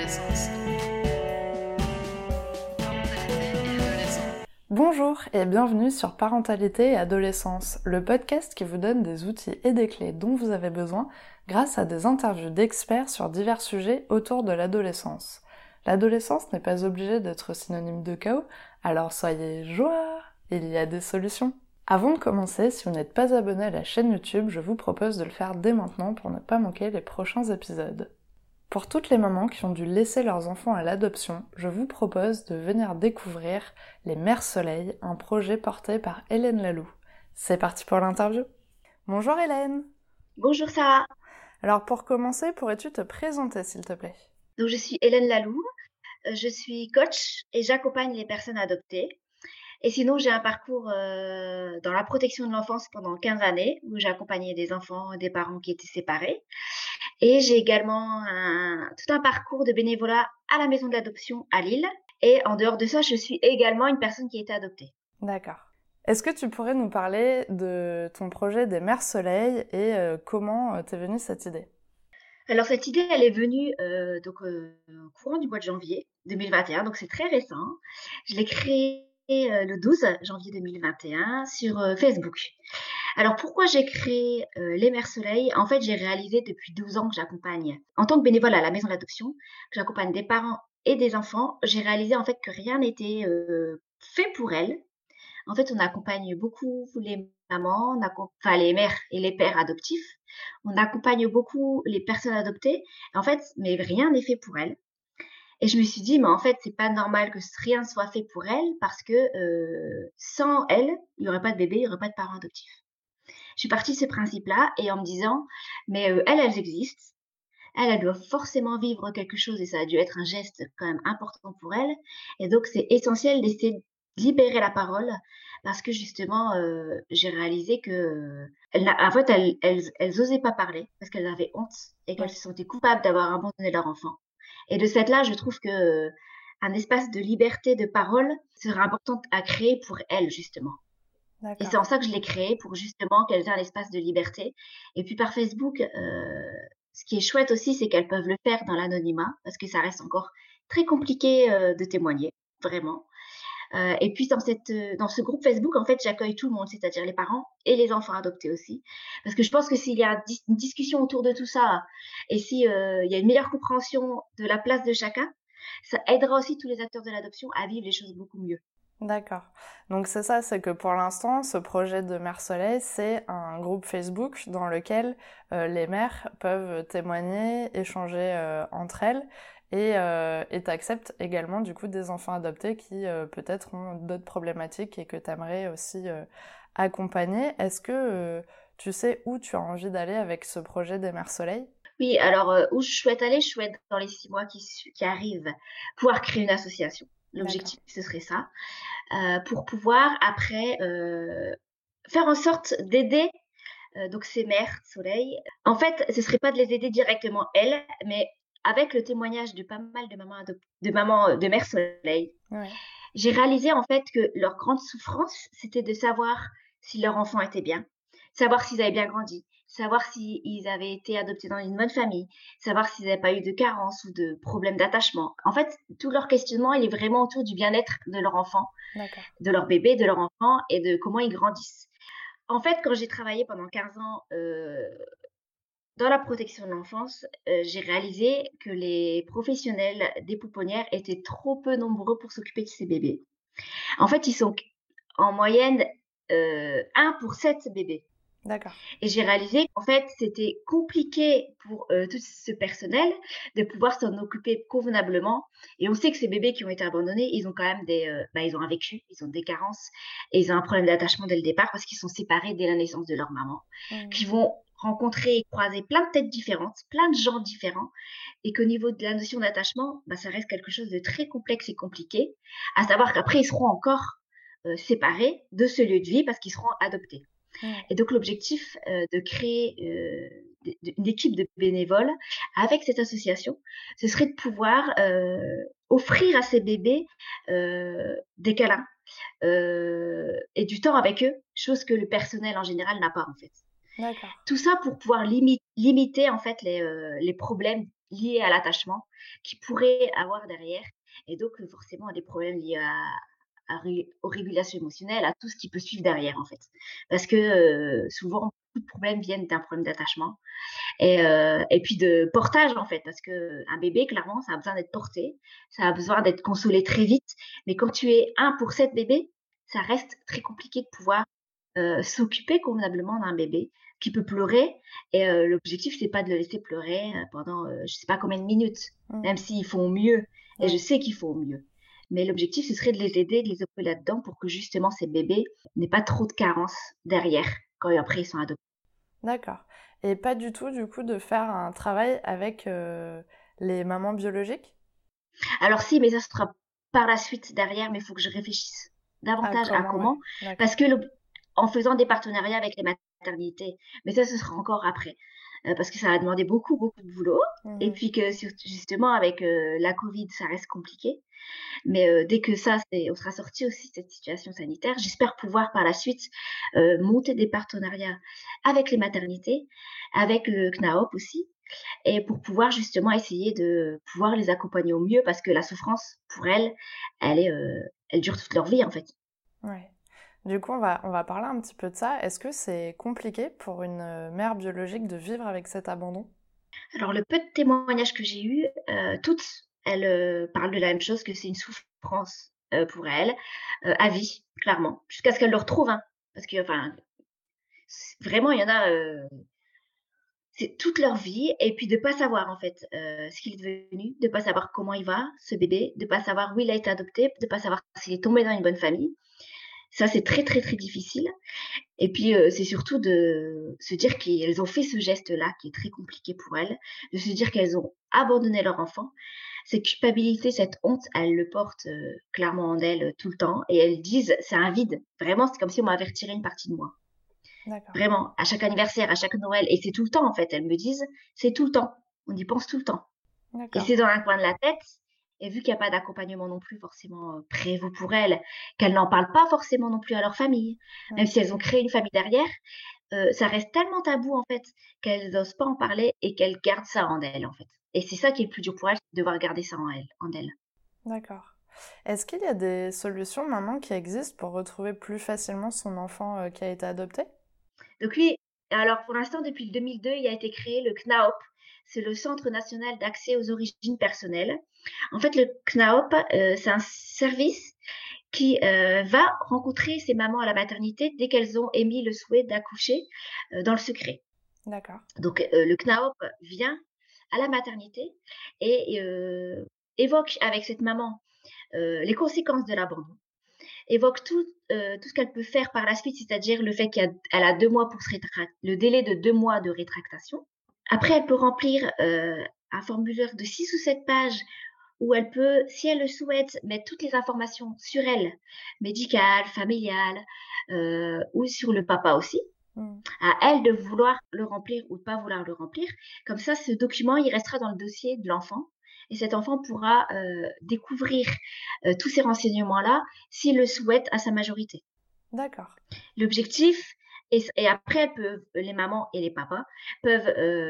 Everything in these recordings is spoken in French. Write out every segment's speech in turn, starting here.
adolescence. Parentalité et adolescence. Bonjour et bienvenue sur Parentalité et Adolescence, le podcast qui vous donne des outils et des clés dont vous avez besoin grâce à des interviews d'experts sur divers sujets autour de l'adolescence. L'adolescence n'est pas obligée d'être synonyme de chaos, alors soyez joie, il y a des solutions. Avant de commencer, si vous n'êtes pas abonné à la chaîne YouTube, je vous propose de le faire dès maintenant pour ne pas manquer les prochains épisodes. Pour toutes les mamans qui ont dû laisser leurs enfants à l'adoption, je vous propose de venir découvrir Les Mères Soleil, un projet porté par Hélène Laloux. C'est parti pour l'interview. Bonjour Hélène. Bonjour Sarah. Alors pour commencer, pourrais-tu te présenter s'il te plaît ? Donc je suis Hélène Laloux, je suis coach et j'accompagne les personnes adoptées. Et sinon, j'ai un parcours dans la protection de l'enfance pendant 15 années où j'ai accompagné des enfants et des parents qui étaient séparés. Et j'ai également tout un parcours de bénévolat à la maison de l'adoption à Lille. Et en dehors de ça, je suis également une personne qui a été adoptée. D'accord. Est-ce que tu pourrais nous parler de ton projet des Mères Soleil et comment t'es venue cette idée ? Alors cette idée, elle est venue au courant du mois de janvier 2021, donc c'est très récent. Je l'ai créée le 12 janvier 2021 sur Facebook. Alors pourquoi j'ai créé Les Mères Soleil ? En fait, j'ai réalisé depuis 12 ans que j'accompagne, en tant que bénévole à la maison d'adoption, que j'accompagne des parents et des enfants. J'ai réalisé en fait que rien n'était fait pour elles. En fait, on accompagne beaucoup les mamans, les mères et les pères adoptifs. On accompagne beaucoup les personnes adoptées. En fait, mais rien n'est fait pour elles. Et je me suis dit, mais en fait, c'est pas normal que rien ne soit fait pour elles parce que sans elles, il n'y aurait pas de bébé, il n'y aurait pas de parents adoptifs. Je suis partie de ce principe-là et en me disant, mais elles existent. Elles doivent forcément vivre quelque chose et ça a dû être un geste quand même important pour elles. Et donc, c'est essentiel d'essayer de libérer la parole parce que justement, j'ai réalisé que en fait, elles osaient pas parler parce qu'elles avaient honte et qu'elles se sentaient coupables d'avoir abandonné leur enfant. Et de cette là, je trouve que un espace de liberté de parole serait important à créer pour elles, justement. Et c'est en ça que je l'ai créé, pour justement qu'elles aient un espace de liberté. Et puis par Facebook, ce qui est chouette aussi, c'est qu'elles peuvent le faire dans l'anonymat, parce que ça reste encore très compliqué de témoigner, vraiment. Et puis dans ce groupe Facebook, en fait, j'accueille tout le monde, c'est-à-dire les parents et les enfants adoptés aussi. Parce que je pense que s'il y a une discussion autour de tout ça, et si il y a une meilleure compréhension de la place de chacun, ça aidera aussi tous les acteurs de l'adoption à vivre les choses beaucoup mieux. D'accord. Donc c'est ça, c'est que pour l'instant, ce projet de Mères Soleil, c'est un groupe Facebook dans lequel les mères peuvent témoigner, échanger entre elles et t'acceptes également du coup des enfants adoptés qui peut-être ont d'autres problématiques et que t'aimerais aussi accompagner. Est-ce que tu sais où tu as envie d'aller avec ce projet des Mères Soleil ? Oui, alors où je souhaite aller, je souhaite dans les 6 mois qui arrivent pouvoir créer une association. L'objectif, ce serait ça. Pour pouvoir après faire en sorte d'aider donc ces mères soleil. En fait, ce serait pas de les aider directement elles, mais avec le témoignage de pas mal de mères soleil. Ouais. J'ai réalisé en fait que leur grande souffrance, c'était de savoir si leur enfant était bien, savoir s'ils avaient bien grandi, savoir s'ils avaient été adoptés dans une bonne famille, savoir s'ils n'avaient pas eu de carence ou de problèmes d'attachement. En fait, tout leur questionnement, il est vraiment autour du bien-être de leur enfant, de leur bébé, de leur enfant et de comment ils grandissent. En fait, quand j'ai travaillé pendant 15 ans dans la protection de l'enfance, j'ai réalisé que les professionnels des pouponnières étaient trop peu nombreux pour s'occuper de ces bébés. En fait, ils sont en moyenne 1 pour 7 bébés. D'accord. Et j'ai réalisé qu'en fait, c'était compliqué pour tout ce personnel de pouvoir s'en occuper convenablement. Et on sait que ces bébés qui ont été abandonnés, ils ont quand même ils ont un vécu, ils ont des carences et ils ont un problème d'attachement dès le départ parce qu'ils sont séparés dès la naissance de leur maman, qui vont rencontrer et croiser plein de têtes différentes, plein de gens différents, et qu'au niveau de la notion d'attachement, ça reste quelque chose de très complexe et compliqué, à savoir qu'après, ils seront encore séparés de ce lieu de vie parce qu'ils seront adoptés. Et donc l'objectif de créer une équipe de bénévoles avec cette association, ce serait de pouvoir offrir à ces bébés des câlins et du temps avec eux, chose que le personnel en général n'a pas en fait. D'accord. Tout ça pour pouvoir limiter en fait les problèmes liés à l'attachement qui pourraient avoir derrière et donc forcément des problèmes liés aux régulations émotionnelles, à tout ce qui peut suivre derrière, en fait. Parce que, souvent, beaucoup de problèmes viennent d'un problème d'attachement et puis de portage, en fait, parce qu'un bébé, clairement, ça a besoin d'être porté, ça a besoin d'être consolé très vite. Mais quand tu es 1 pour 7 bébés, ça reste très compliqué de pouvoir, s'occuper convenablement d'un bébé qui peut pleurer et l'objectif, c'est pas de le laisser pleurer, pendant, je sais pas combien de minutes, Mmh. même s'ils font au mieux et je Ouais. sais qu'ils font au mieux. Mais l'objectif, ce serait de les aider, de les épauler là-dedans pour que justement ces bébés n'aient pas trop de carences derrière quand après ils sont adoptés. D'accord. Et pas du tout, du coup, de faire un travail avec les mamans biologiques? Alors si, mais ça sera par la suite derrière, mais il faut que je réfléchisse Ah, davantage à comment, ouais. comment, D'accord. parce que en faisant des partenariats avec les maternités, mais ça, ce sera encore après, parce que ça va demander beaucoup, beaucoup de boulot et Mhm. puis que justement avec, la covid, ça reste compliqué. Mais, dès que ça, on sera sorti aussi de cette situation sanitaire, j'espère pouvoir par la suite, monter des partenariats avec les maternités, avec le CNAOP aussi et pour pouvoir justement essayer de pouvoir les accompagner au mieux parce que la souffrance pour elles, elle dure toute leur vie, en fait. Ouais. Du coup, on va parler un petit peu de ça. Est-ce que c'est compliqué pour une mère biologique de vivre avec cet abandon? Alors le peu de témoignages que j'ai eus, toutes, elles, parlent de la même chose, que c'est une souffrance, pour elles, à vie, clairement, jusqu'à ce qu'elles le retrouvent, hein. Parce que enfin, vraiment, il y en a, c'est toute leur vie et puis de pas savoir en fait, ce qu'il est devenu, de pas savoir comment il va, ce bébé, de pas savoir où il a été adopté, de pas savoir s'il est tombé dans une bonne famille. Ça, c'est très, très, très difficile et puis, c'est surtout de se dire qu'elles ont fait ce geste-là qui est très compliqué pour elles, de se dire qu'elles ont abandonné leur enfant. Cette culpabilité, cette honte, elles le portent, clairement en elles, tout le temps et elles disent: «C'est un vide». Vraiment, c'est comme si on m'avait retiré une partie de moi. D'accord. Vraiment, à chaque anniversaire, à chaque Noël et c'est tout le temps en fait. Elles me disent: «C'est tout le temps, on y pense tout le temps» et D'accord. c'est dans un coin de la tête et vu qu'il y a pas d'accompagnement non plus forcément, prévu pour elles, qu'elles n'en parlent pas forcément non plus à leur famille, même Mm. si elles ont créé une famille derrière, ça reste tellement tabou en fait, qu'elles osent pas en parler et qu'elles gardent ça en elles, en fait et c'est ça qui est le plus dur pour elles, c'est de devoir garder ça en elles. D'accord. Est-ce qu'il y a des solutions maintenant qui existent pour retrouver plus facilement son enfant qui a été adopté? Donc oui, alors pour l'instant, depuis le 2002, il a été créé le CNAOP. C'est le Centre national d'accès aux origines personnelles. En fait, le CNAOP, c'est un service qui va rencontrer ces mamans à la maternité dès qu'elles ont émis le souhait d'accoucher dans le secret. D'accord. Donc le CNAOP vient à la maternité et évoque avec cette maman les conséquences de l'abandon, évoque tout ce qu'elle peut faire par la suite, c'est-à-dire le fait qu'elle a 2 mois pour se rétracter, le délai de 2 mois de rétractation. Après, elle peut remplir, un formulaire de 6 ou 7 pages où elle peut, si elle le souhaite, mettre toutes les informations sur elle, médicales, familiales, ou sur le papa aussi. Mm. À elle de vouloir le remplir ou de pas vouloir le remplir. Comme ça, ce document, il restera dans le dossier de l'enfant et cet enfant pourra, découvrir, tous ces renseignements-là s'il le souhaite à sa majorité. D'accord. L'objectif et après elles peuvent les mamans et les papas peuvent,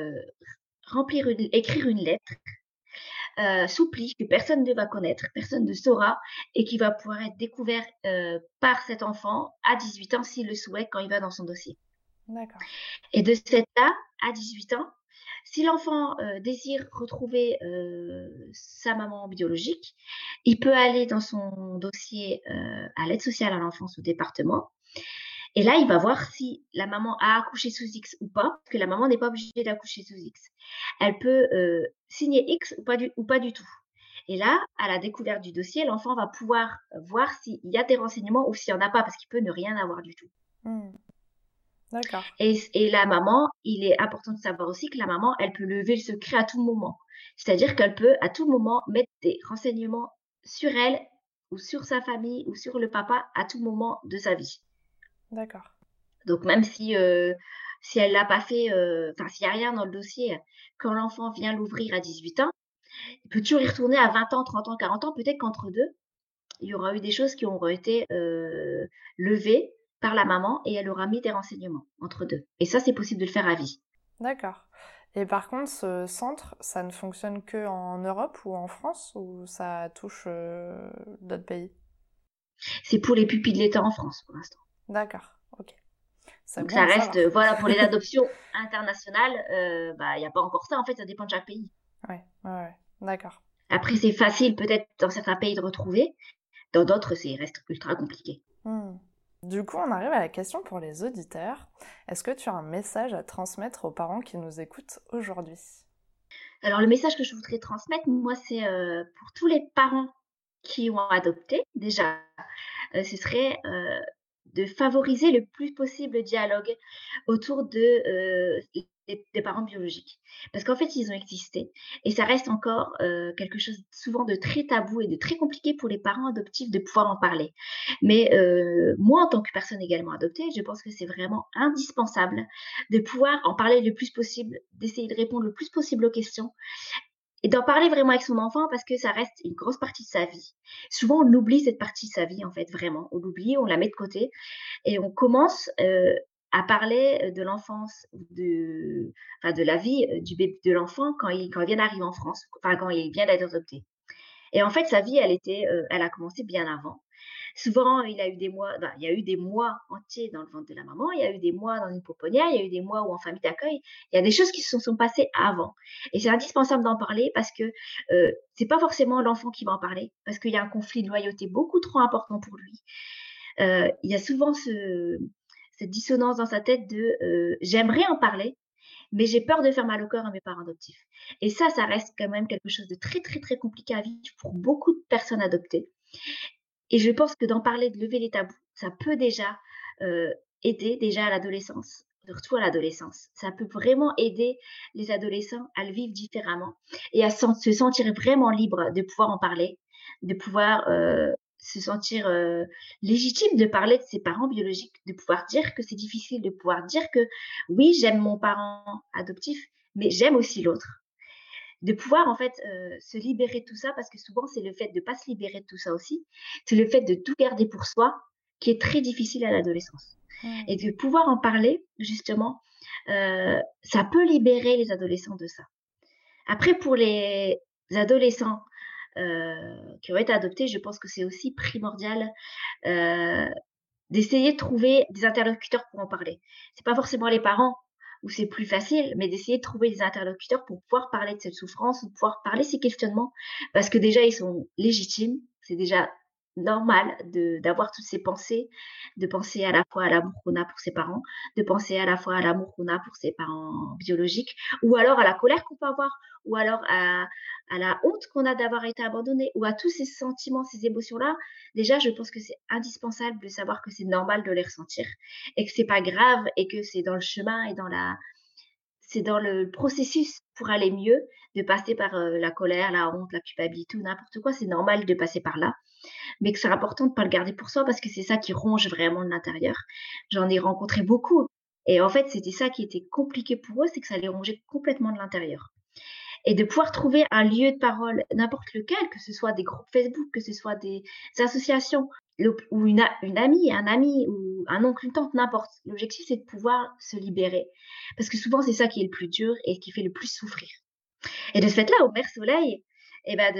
écrire une lettre, sous pli que personne ne va connaître, personne ne saura et qui va pouvoir être découvert, par cet enfant à 18 ans s'il le souhaite quand il va dans son dossier. D'accord. Et de cette là, à 18 ans, si l'enfant, désire retrouver, sa maman biologique, il peut aller dans son dossier, à l'aide sociale à l'enfance au département et là, il va voir si la maman a accouché sous X ou pas, parce que la maman n'est pas obligée d'accoucher sous X. Elle peut, signer X ou pas du tout et là, à la découverte du dossier, l'enfant va pouvoir voir s'il y a des renseignements ou s'il y en a pas, parce qu'il peut ne rien avoir du tout. Mm. D'accord. Et la maman, il est important de savoir aussi que la maman, elle peut lever le secret à tout moment. C'est-à-dire qu'elle peut à tout moment mettre des renseignements sur elle ou sur sa famille ou sur le papa à tout moment de sa vie. D'accord. Donc même si elle l'a pas fait, enfin s'il y a rien dans le dossier, quand l'enfant vient l'ouvrir à 18 ans, il peut toujours y retourner à 20 ans, 30 ans, 40 ans. Peut-être qu'entre 2, il y aura eu des choses qui auront été, levées par la maman et elle aura mis des renseignements entre 2. Et ça, c'est possible de le faire à vie. D'accord. Et par contre, ce centre, ça ne fonctionne que en Europe ou en France, ou ça touche d'autres pays? C'est pour les pupilles de l'État en France pour l'instant. D'accord, ok. C'est Donc bon ça à reste, savoir. voilà, pour les adoptions internationales, il n'y a pas encore ça, en fait, ça dépend de chaque pays. Ouais, ouais, ouais. D'accord. Après, c'est facile peut-être dans certains pays de retrouver, dans d'autres, c'est reste ultra compliqué. Hmm. Du coup, on arrive à la question pour les auditeurs. Est-ce que tu as un message à transmettre aux parents qui nous écoutent aujourd'hui? Alors le message que je voudrais transmettre, moi, c'est, pour tous les parents qui ont adopté, déjà, ce serait, de favoriser le plus possible le dialogue autour des parents biologiques. Parce qu'en fait, ils ont existé et ça reste encore, quelque chose souvent de très tabou et de très compliqué pour les parents adoptifs de pouvoir en parler. Mais, moi, en tant que personne également adoptée, je pense que c'est vraiment indispensable de pouvoir en parler le plus possible, d'essayer de répondre le plus possible aux questions et d'en parler vraiment avec son enfant parce que ça reste une grosse partie de sa vie. Souvent, on oublie cette partie de sa vie, en fait, vraiment. On l'oublie, on la met de côté et on commence, à parler, de l'enfance, de la vie, du bébé de l'enfant quand il vient d'arriver en France, enfin, quand il vient d'être adopté. Et en fait, sa vie, elle a commencé bien avant. Souvent, il y a eu des mois entiers dans le ventre de la maman, il y a eu des mois dans une pouponnière, il y a eu des mois où en famille d'accueil. Il y a des choses qui se sont passées avant. Et c'est indispensable d'en parler parce que c'est pas forcément l'enfant qui va en parler, parce qu'il y a un conflit de loyauté beaucoup trop important pour lui. Il y a souvent cette dissonance dans sa tête de j'aimerais en parler, mais j'ai peur de faire mal au cœur à mes parents adoptifs. Et ça reste quand même quelque chose de très, très, très compliqué à vivre pour beaucoup de personnes adoptées. Et je pense que d'en parler, de lever les tabous, ça peut déjà aider déjà à l'adolescence, surtout à l'adolescence. Ça peut vraiment aider les adolescents à le vivre différemment et à se sentir vraiment libre de pouvoir en parler, de pouvoir se sentir légitime de parler de ses parents biologiques, de pouvoir dire que c'est difficile, de pouvoir dire que oui, j'aime mon parent adoptif, mais j'aime aussi l'autre. De pouvoir en fait, se libérer de tout ça parce que souvent c'est le fait de pas se libérer de tout ça aussi, c'est le fait de tout garder pour soi qui est très difficile à l'adolescence Hmm. et de pouvoir en parler justement, ça peut libérer les adolescents de ça. Après pour les adolescents, qui ont été adoptés, je pense que c'est aussi primordial, heu, d'essayer de trouver des interlocuteurs pour en parler. C'est pas forcément les parents où c'est plus facile, mais d'essayer de trouver des interlocuteurs pour pouvoir parler de cette souffrance, ou pouvoir parler de ces questionnements, parce que déjà ils sont légitimes, c'est déjà normal d'avoir toutes ces pensées, de penser à la fois à l'amour qu'on a pour ses parents, de penser à la fois à l'amour qu'on a pour ses parents biologiques, ou alors à la colère qu'on peut avoir, ou alors à la honte qu'on a d'avoir été abandonné, ou à tous ces sentiments, ces émotions-là. Déjà, je pense que c'est indispensable de savoir que c'est normal de les ressentir et que c'est pas grave et que c'est dans le chemin et c'est dans le processus pour aller mieux de passer par la colère, la honte, la culpabilité ou n'importe quoi. C'est normal de passer par là, mais que c'est important de pas le garder pour soi parce que c'est ça qui ronge vraiment de l'intérieur. J'en ai rencontré beaucoup et en fait, c'était ça qui était compliqué pour eux, c'est que ça les rongeait complètement de l'intérieur et de pouvoir trouver un lieu de parole, n'importe lequel, que ce soit des groupes Facebook, que ce soit des associations, ou une amie, un ami, ou un oncle, une tante, n'importe. L'objectif, c'est de pouvoir se libérer. Parce que souvent, c'est ça qui est le plus dur et qui fait le plus souffrir. Et de ce fait-là, au Mère Soleil, eh ben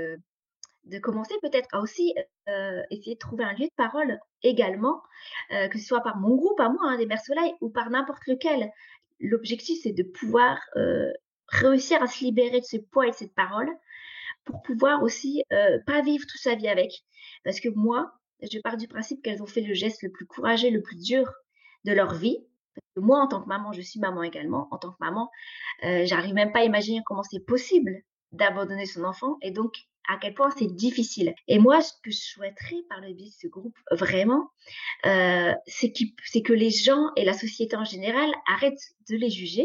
de commencer peut-être à aussi essayer de trouver un lieu de parole également, que ce soit par mon groupe à moi, hein, des Mères Soleil, ou par n'importe lequel. L'objectif, c'est de pouvoir réussir à se libérer de ce poids et de cette parole pour pouvoir aussi pas vivre toute sa vie avec. Parce que moi, je pars du principe qu'elles ont fait le geste le plus courageux, le plus dur de leur vie. Parce que moi, en tant que maman, je suis maman également. En tant que maman, j'arrive même pas à imaginer comment c'est possible d'abandonner son enfant et donc à quel point c'est difficile. Et moi, ce que je souhaiterais par le biais de ce groupe, vraiment, c'est que les gens et la société en général arrêtent de les juger,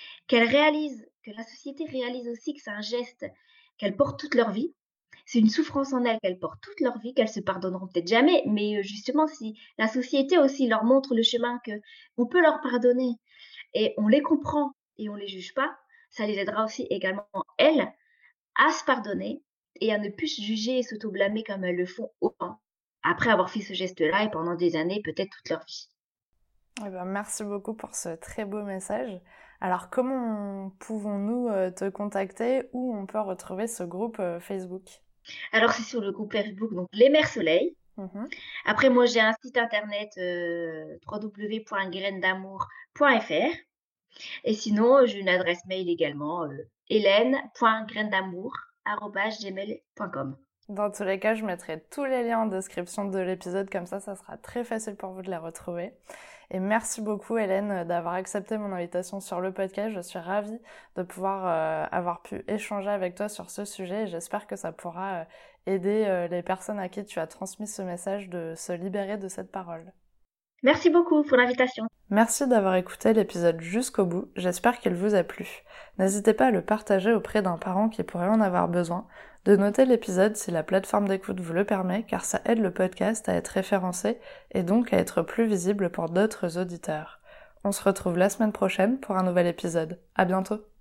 que la société réalise aussi que c'est un geste qu'elles portent toute leur vie. C'est une souffrance en elles qu'elles portent toute leur vie, qu'elles se pardonneront peut-être jamais, mais justement, si la société aussi leur montre le chemin que on peut leur pardonner et on les comprend et on les juge pas, ça les aidera aussi également, elles, à se pardonner et à ne plus se juger et s'auto-blâmer comme elles le font autant, après avoir fait ce geste-là et pendant des années, peut-être toute leur vie. Eh ben, merci beaucoup pour ce très beau message. Alors, comment pouvons-nous te contacter? Où on peut retrouver ce groupe Facebook? Alors, c'est sur le groupe Facebook, donc Les Mères Soleil. Mhm. Après, moi, j'ai un site internet www.grainesdamour.fr. Et sinon, j'ai une adresse mail également, hélène.graindamour@gmail.com. Dans tous les cas, je mettrai tous les liens en description de l'épisode, comme ça sera très facile pour vous de les retrouver. Et merci beaucoup Hélène d'avoir accepté mon invitation sur le podcast. Je suis ravie de pouvoir avoir pu échanger avec toi sur ce sujet et j'espère que ça pourra aider les personnes à qui tu as transmis ce message de se libérer de cette parole. Merci beaucoup pour l'invitation. Merci d'avoir écouté l'épisode jusqu'au bout, j'espère qu'il vous a plu. N'hésitez pas à le partager auprès d'un parent qui pourrait en avoir besoin, de noter l'épisode si la plateforme d'écoute vous le permet, car ça aide le podcast à être référencé et donc à être plus visible pour d'autres auditeurs. On se retrouve la semaine prochaine pour un nouvel épisode. À bientôt!